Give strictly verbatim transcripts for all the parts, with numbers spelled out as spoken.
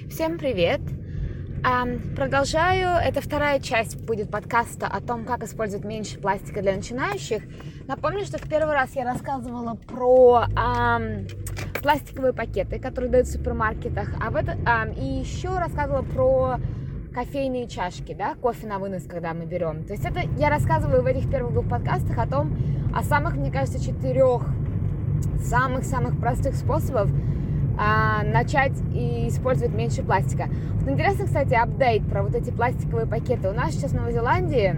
Всем привет! Ам, Продолжаю. Это вторая часть будет подкаста о том, как использовать меньше пластика для начинающих. Напомню, что в первый раз я рассказывала про ам, пластиковые пакеты, которые дают в супермаркетах, а в это, ам, и еще рассказывала про кофейные чашки, да, кофе на вынос, когда мы берем. То есть это я рассказываю в этих первых двух подкастах о том, о самых, мне кажется, четырех самых-самых простых способов а, начать и использовать меньше пластика. Вот интересно, кстати, апдейт про вот эти пластиковые пакеты. У нас сейчас в Новой Зеландии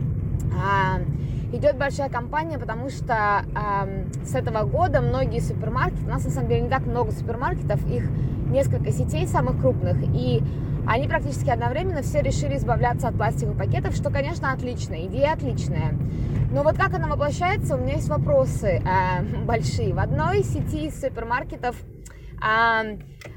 а, идет большая кампания, потому что а, с этого года многие супермаркеты, у нас на самом деле не так много супермаркетов, их несколько сетей самых крупных, и они практически одновременно все решили избавляться от пластиковых пакетов, что, конечно, отлично, идея отличная. Но вот как она воплощается, у меня есть вопросы э, большие. В одной сети супермаркетов э,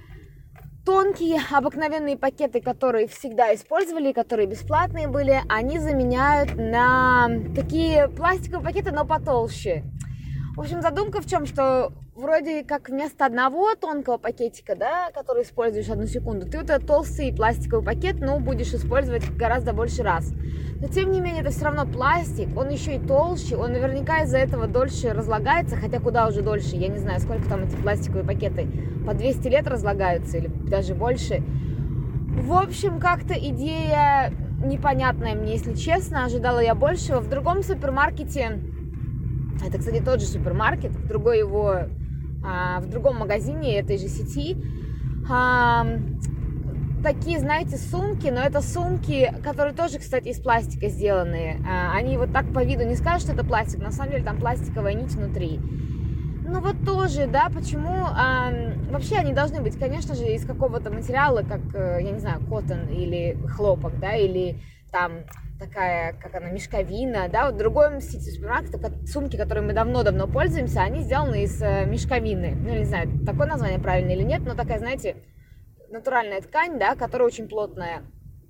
тонкие обыкновенные пакеты, которые всегда использовали, которые бесплатные были, они заменяют на такие пластиковые пакеты, но потолще. В общем, задумка в чем, что вроде как вместо одного тонкого пакетика, да, который используешь одну секунду, ты вот этот толстый пластиковый пакет, ну, будешь использовать гораздо больше раз. Но, тем не менее, это все равно пластик, он еще и толще, он наверняка из-за этого дольше разлагается, хотя куда уже дольше, я не знаю, сколько там эти пластиковые пакеты, по двести лет разлагаются или даже больше. В общем, как-то идея непонятная мне, если честно, ожидала я большего. В другом супермаркете, это, кстати, тот же супермаркет, в другой его, а, в другом магазине этой же сети, а, такие, знаете, сумки, но это сумки, которые тоже, кстати, из пластика сделаны. А, они вот так по виду не скажут, что это пластик, на самом деле там пластиковая нить внутри. Ну вот тоже, да, почему? А, вообще они должны быть, конечно же, из какого-то материала, как, я не знаю, коттон или хлопок, да, или там такая, как она, мешковина, да, вот в другом сети супермаркета сумки, которые мы давно-давно пользуемся, они сделаны из э, мешковины, ну, не знаю, такое название правильное или нет, но такая, знаете, натуральная ткань, да, которая очень плотная.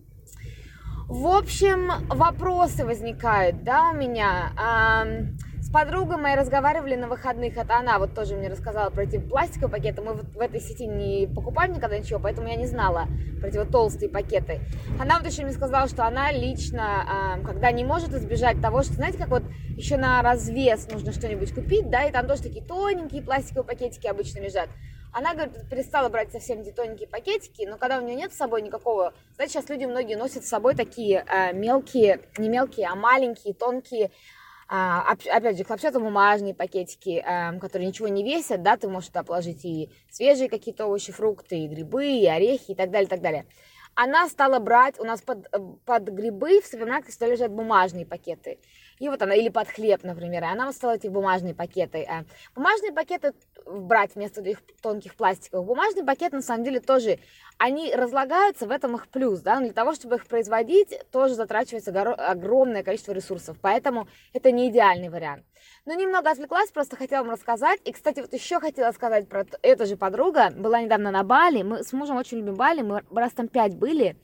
В общем, вопросы возникают, да, у меня. Эм, с подругой моей разговаривали на выходных, это она вот тоже мне рассказала про эти пластиковые пакеты, мы вот в этой сети не покупаем никогда ничего, поэтому я не знала про эти вот толстые пакеты. Она вот еще мне сказала, что она лично, э, когда не может избежать того, что, знаете, как вот еще на развес нужно что-нибудь купить, да, и там тоже такие тоненькие пластиковые пакетики обычно лежат. Она, говорит, перестала брать совсем эти тоненькие пакетики, но когда у нее нет с собой никакого... Знаете, сейчас люди многие носят с собой такие э, мелкие, не мелкие, а маленькие, тонкие, э, опять же, хлопчатобумажные пакетики, э, которые ничего не весят, да, ты можешь туда положить и свежие какие-то овощи, фрукты, и грибы, и орехи, и так далее, и так далее. Она стала брать, у нас под, под грибы в супермаркете всегда лежат бумажные пакеты. И вот она, или под хлеб, например, и она вот стала эти бумажные пакеты. Бумажные пакеты брать вместо этих тонких пластиковых. Бумажный пакет, на самом деле, тоже, они разлагаются, в этом их плюс, да, но для того, чтобы их производить, тоже затрачивается огромное количество ресурсов, поэтому это не идеальный вариант. Но немного отвлеклась, просто хотела вам рассказать. И, кстати, вот еще хотела сказать про эту же подруга, была недавно на Бали, мы с мужем очень любим Бали, мы раз там пять были,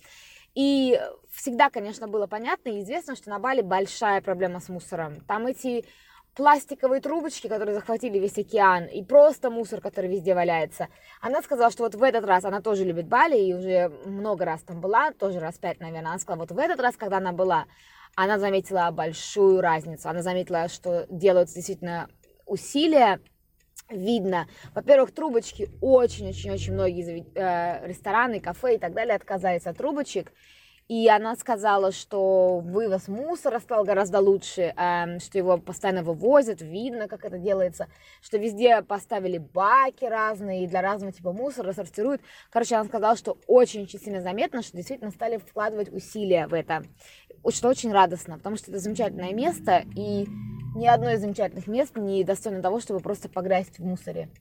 и всегда, конечно, было понятно и известно, что на Бали большая проблема с мусором. Там эти пластиковые трубочки, которые захватили весь океан, и просто мусор, который везде валяется. Она сказала, что вот в этот раз, она тоже любит Бали, и уже много раз там была, тоже раз пять, наверное. Она сказала, вот в этот раз, когда она была, она заметила большую разницу. Она заметила, что делаются действительно усилия. Видно, во-первых, трубочки, очень-очень-очень многие э, рестораны, кафе и так далее отказались от трубочек. И она сказала, что вывоз мусора стал гораздо лучше, э, что его постоянно вывозят, видно, как это делается, что везде поставили баки разные, для разного типа мусора сортируют. Короче, она сказала, что очень-очень сильно заметно, что действительно стали вкладывать усилия в это, что очень радостно, потому что это замечательное место, и ни одно из замечательных мест не достойно того, чтобы просто погрязть в мусоре.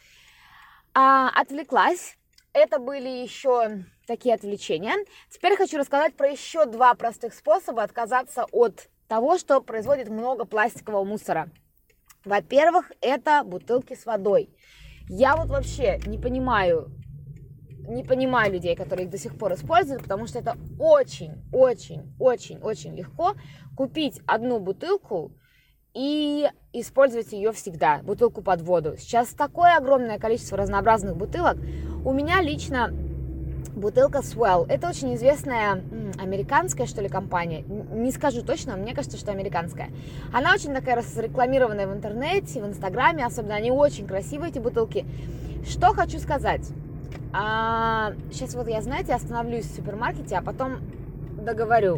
А, отвлеклась. Это были еще такие отвлечения. Теперь хочу рассказать про еще два простых способа отказаться от того, что производит много пластикового мусора. Во-первых, это бутылки с водой. Я вот вообще не понимаю, не понимаю людей, которые их до сих пор используют, потому что это очень, очень, очень, очень легко купить одну бутылку и использовать ее всегда, бутылку под воду. Сейчас такое огромное количество разнообразных бутылок. У меня лично бутылка Swell. Это очень известная м, американская, что ли, компания. Не скажу точно, мне кажется, что американская. Она очень такая разрекламированная в интернете, в инстаграме, особенно они очень красивые, эти бутылки. Что хочу сказать. А, сейчас вот я, знаете, остановлюсь в супермаркете, а потом договорю.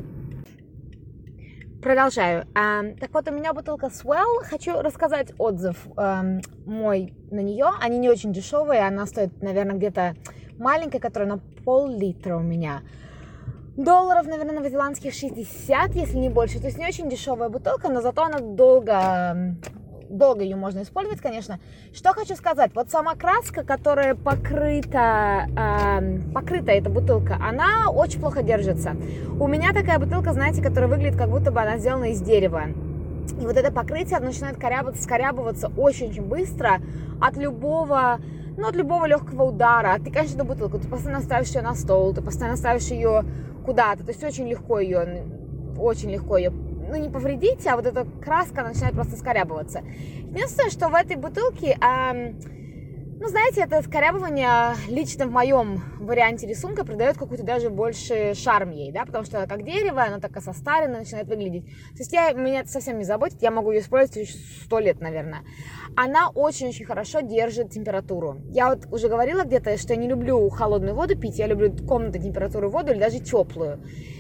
Продолжаю. А, так вот, у меня бутылка Swell. Хочу рассказать отзыв а, мой на нее. Они не очень дешевые. Она стоит, наверное, где-то маленькая, которая на пол-литра у меня. Долларов, наверное, новозеландских шестьдесят, если не больше. То есть не очень дешевая бутылка, но зато она долго... Долго ее можно использовать, конечно. Что хочу сказать. Вот сама краска, которая покрыта, э, покрыта эта бутылка, она очень плохо держится. У меня такая бутылка, знаете, которая выглядит, как будто бы она сделана из дерева. И вот это покрытие начинает корябываться, скорябываться очень-очень быстро от любого, ну, от любого легкого удара. Ты, конечно, эту бутылку, ты постоянно ставишь ее на стол, ты постоянно ставишь ее куда-то. То есть очень легко ее, очень легко ее, ну, не повредите, а вот эта краска начинает просто скорябываться. Единственное, что в этой бутылке, эм, ну, знаете, это скорябывание лично в моем варианте рисунка придает какой-то даже больше шарм ей, да, потому что она как дерево, она такая состаренная начинает выглядеть. То есть я, меня это совсем не заботит, я могу ее использовать еще сто лет, наверное. Она очень-очень хорошо держит температуру. Я вот уже говорила где-то, что я не люблю холодную воду пить, я люблю комнатной температуры воду или даже теплую.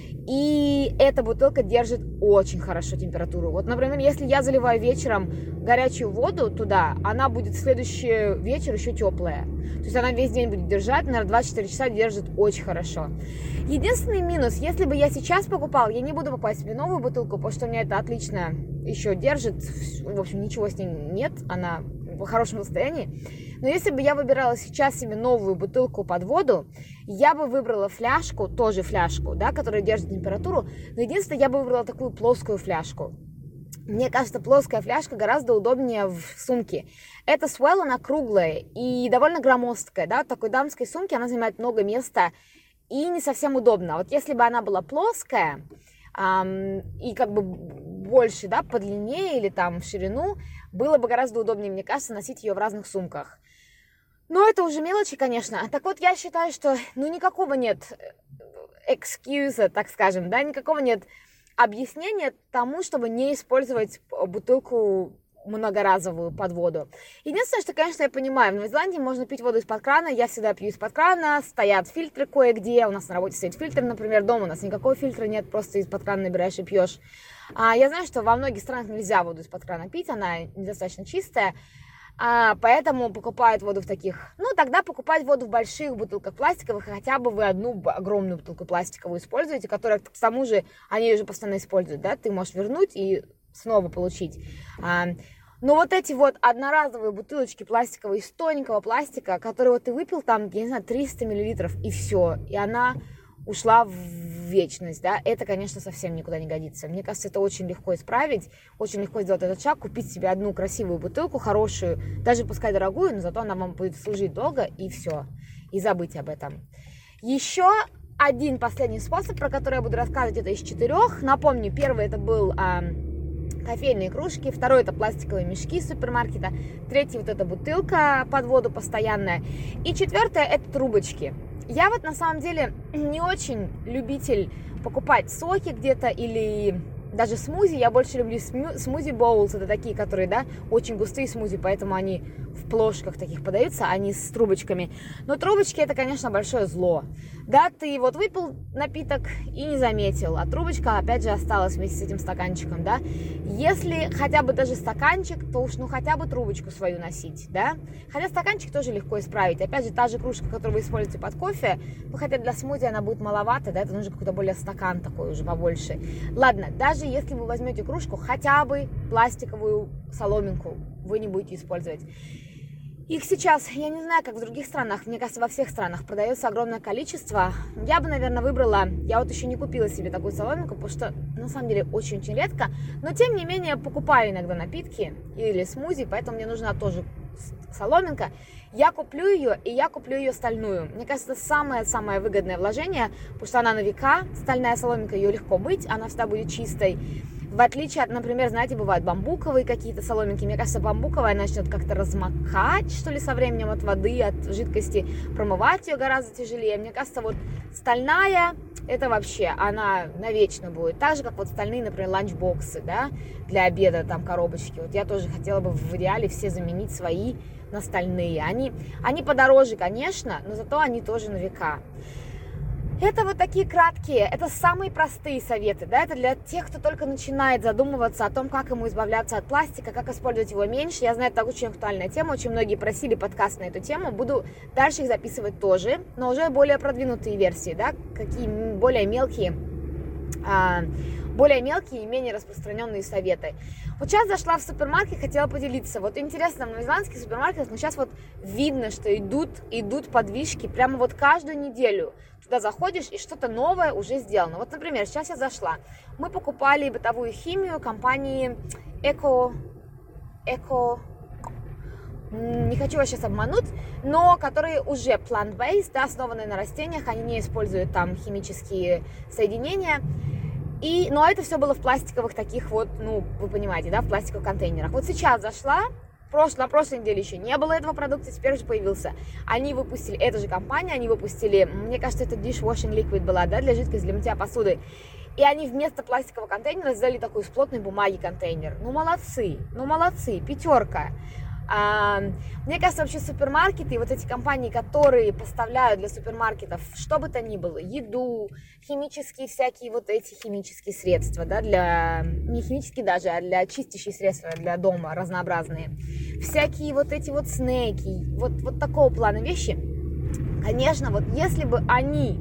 И эта бутылка держит очень хорошо температуру. Вот, например, если я заливаю вечером горячую воду туда, она будет в следующий вечер еще теплая. То есть она весь день будет держать, наверное, двадцать четыре часа держит очень хорошо. Единственный минус, если бы я сейчас покупала, я не буду покупать себе новую бутылку, потому что у меня это отлично еще держит. В общем, ничего с ней нет, она в хорошем состоянии. Но если бы я выбирала сейчас себе новую бутылку под воду, я бы выбрала фляжку, тоже фляжку, да, которая держит температуру, но единственное, я бы выбрала такую плоскую фляжку. Мне кажется, плоская фляжка гораздо удобнее в сумке. Эта Swell, она круглая и довольно громоздкая, да, в такой дамской сумке она занимает много места и не совсем удобно. Вот если бы она была плоская эм, и как бы больше, да, по длине или там в ширину, было бы гораздо удобнее, мне кажется, носить ее в разных сумках. Но это уже мелочи, конечно. Так вот, я считаю, что, ну, никакого нет экскьюза, так скажем, да, никакого нет объяснения тому, чтобы не использовать бутылку многоразовую под воду. Единственное, что, конечно, я понимаю, в Новой Зеландии можно пить воду из-под крана, я всегда пью из-под крана, стоят фильтры кое-где, у нас на работе стоит фильтр, например, дома у нас никакого фильтра нет, просто из-под крана набираешь и пьешь. А, я знаю, что во многих странах нельзя воду из-под крана пить, она недостаточно чистая, а, поэтому покупают воду в таких, ну, тогда покупать воду в больших бутылках пластиковых, хотя бы вы одну огромную бутылку пластиковую используете, которая, к тому же, они ее же постоянно используют, да, ты можешь вернуть и снова получить. А, но вот эти вот одноразовые бутылочки пластиковые из тоненького пластика, которые вот ты выпил там, я не знаю, триста миллилитров и все, и она ушла в вечность, да, это, конечно, совсем никуда не годится. Мне кажется, это очень легко исправить, очень легко сделать этот шаг, купить себе одну красивую бутылку, хорошую, даже пускай дорогую, но зато она вам будет служить долго, и все, и забыть об этом. Еще один последний способ, про который я буду рассказывать, это из четырех. Напомню, первый это был а, кофейные кружки, второй это пластиковые мешки из супермаркета, третий вот эта бутылка под воду постоянная, и четвертое это трубочки. Я вот на самом деле не очень любитель покупать соки где-то или даже смузи. Я больше люблю смузи боулс, это такие, которые, да, очень густые смузи, поэтому они в плошках таких подаются, а не с трубочками. Но трубочки это, конечно, большое зло. Да, ты вот выпил напиток и не заметил, а трубочка опять же осталась вместе с этим стаканчиком, да. Если хотя бы даже стаканчик, то уж ну хотя бы трубочку свою носить, да. Хотя стаканчик тоже легко исправить. Опять же, та же кружка, которую вы используете под кофе, ну хотя для смузи она будет маловато, да, это нужно какой-то более стакан такой уже побольше. Ладно, даже если вы возьмете кружку, хотя бы пластиковую соломинку вы не будете использовать. Их сейчас, я не знаю, как в других странах, мне кажется, во всех странах продается огромное количество. Я бы, наверное, выбрала, я вот еще не купила себе такую соломинку, потому что, на самом деле, очень-очень редко. Но, тем не менее, покупаю иногда напитки или смузи, поэтому мне нужна тоже соломинка. Я куплю ее, и я куплю ее стальную. Мне кажется, это самое-самое выгодное вложение, потому что она на века, стальная соломинка, ее легко мыть, она всегда будет чистой. В отличие от, например, знаете, бывают бамбуковые какие-то соломинки. Мне кажется, бамбуковая начнет как-то размокать, что ли, со временем от воды, от жидкости. Промывать ее гораздо тяжелее. Мне кажется, вот стальная, это вообще, она навечно будет. Так же, как вот стальные, например, ланчбоксы, да, для обеда, там, коробочки. Вот я тоже хотела бы в идеале все заменить свои на стальные. Они, они подороже, конечно, но зато они тоже на века. Это вот такие краткие, это самые простые советы, да, это для тех, кто только начинает задумываться о том, как ему избавляться от пластика, как использовать его меньше. Я знаю, это очень актуальная тема, очень многие просили подкаст на эту тему, буду дальше их записывать тоже, но уже более продвинутые версии, да, какие более мелкие, а, более мелкие и менее распространенные советы. Вот сейчас зашла в супермаркет, хотела поделиться. Вот интересно, в новозеландских супермаркетах, но сейчас вот видно, что идут, идут подвижки прямо вот каждую неделю. Туда заходишь, и что-то новое уже сделано. Вот, например, сейчас я зашла. Мы покупали бытовую химию компании Эко... Эко... Не хочу вас сейчас обмануть, но которые уже plant-based, да, основанные на растениях, они не используют там химические соединения. И, но это все было в пластиковых таких вот, ну, вы понимаете, да, в пластиковых контейнерах. Вот сейчас зашла, прош, на прошлой неделе еще не было этого продукта, теперь уже появился. Они выпустили, эта же компания, они выпустили, мне кажется, это dishwashing liquid была, да, для жидкости, для мытья посуды. И они вместо пластикового контейнера сделали такой из плотной бумаги контейнер. Ну, молодцы, ну, молодцы, пятерка. А, мне кажется, вообще супермаркеты и вот эти компании, которые поставляют для супермаркетов что бы то ни было, еду, химические всякие вот эти химические средства, да, для, не химические даже, а для чистящие средства для дома разнообразные, всякие вот эти вот снеки, вот, вот такого плана вещи, конечно, вот если бы они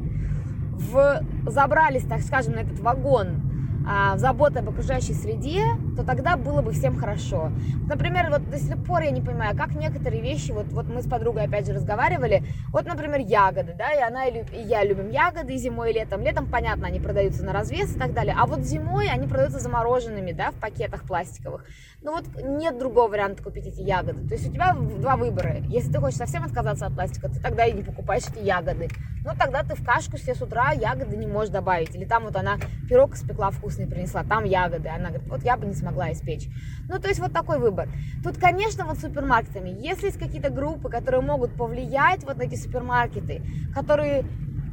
в, забрались, так скажем, на этот вагон а, заботы об окружающей среде, то тогда было бы всем хорошо. Например, вот до сих пор я не понимаю, как некоторые вещи, вот, вот мы с подругой опять же разговаривали, вот, например, ягоды, да, и она и я любим ягоды и зимой, и летом. Летом, понятно, они продаются на развес и так далее, а вот зимой они продаются замороженными, да, в пакетах пластиковых. Ну вот нет другого варианта купить эти ягоды. То есть у тебя два выбора. Если ты хочешь совсем отказаться от пластика, ты тогда и не покупаешь эти ягоды. Ну тогда ты в кашку себе с утра ягоды не можешь добавить. Или там вот она пирог испекла вкусный, принесла, там ягоды. Она говорит, вот я бы не смогла испечь. Ну то есть вот такой выбор. Тут, конечно, вот с супермаркетами, если есть какие-то группы, которые могут повлиять вот на эти супермаркеты, которые...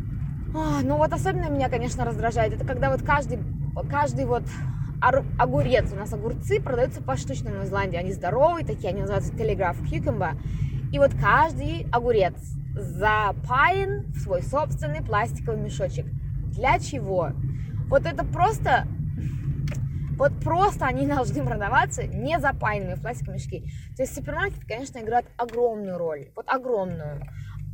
О, ну вот особенно меня, конечно, раздражает, это когда вот каждый, каждый вот огурец, у нас огурцы продаются поштучно в Новой Зеландии, они здоровые такие, они называются Telegraph Cucumber, и вот каждый огурец запаян в свой собственный пластиковый мешочек. Для чего? Вот это просто, вот просто они должны продаваться не запаянными в пластиковые мешки. То есть супермаркет, конечно, играет огромную роль, вот огромную.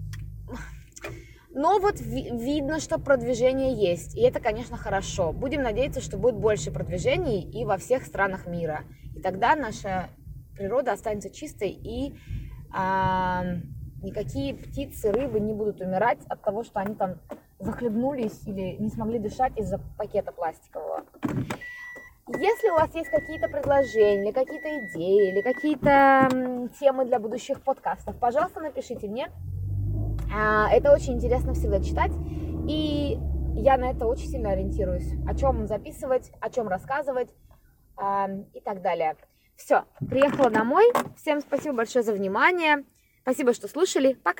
Но вот ви- видно, что продвижение есть, и это, конечно, хорошо. Будем надеяться, что будет больше продвижений и во всех странах мира. И тогда наша природа останется чистой, и а, никакие птицы, рыбы не будут умирать от того, что они там захлебнулись или не смогли дышать из-за пакета пластикового. Если у вас есть какие-то предложения, или какие-то идеи, или какие-то м, темы для будущих подкастов, пожалуйста, напишите мне. Это очень интересно всегда читать, и я на это очень сильно ориентируюсь, о чем записывать, о чем рассказывать и так далее. Все, приехала домой. Всем спасибо большое за внимание. Спасибо, что слушали. Пока.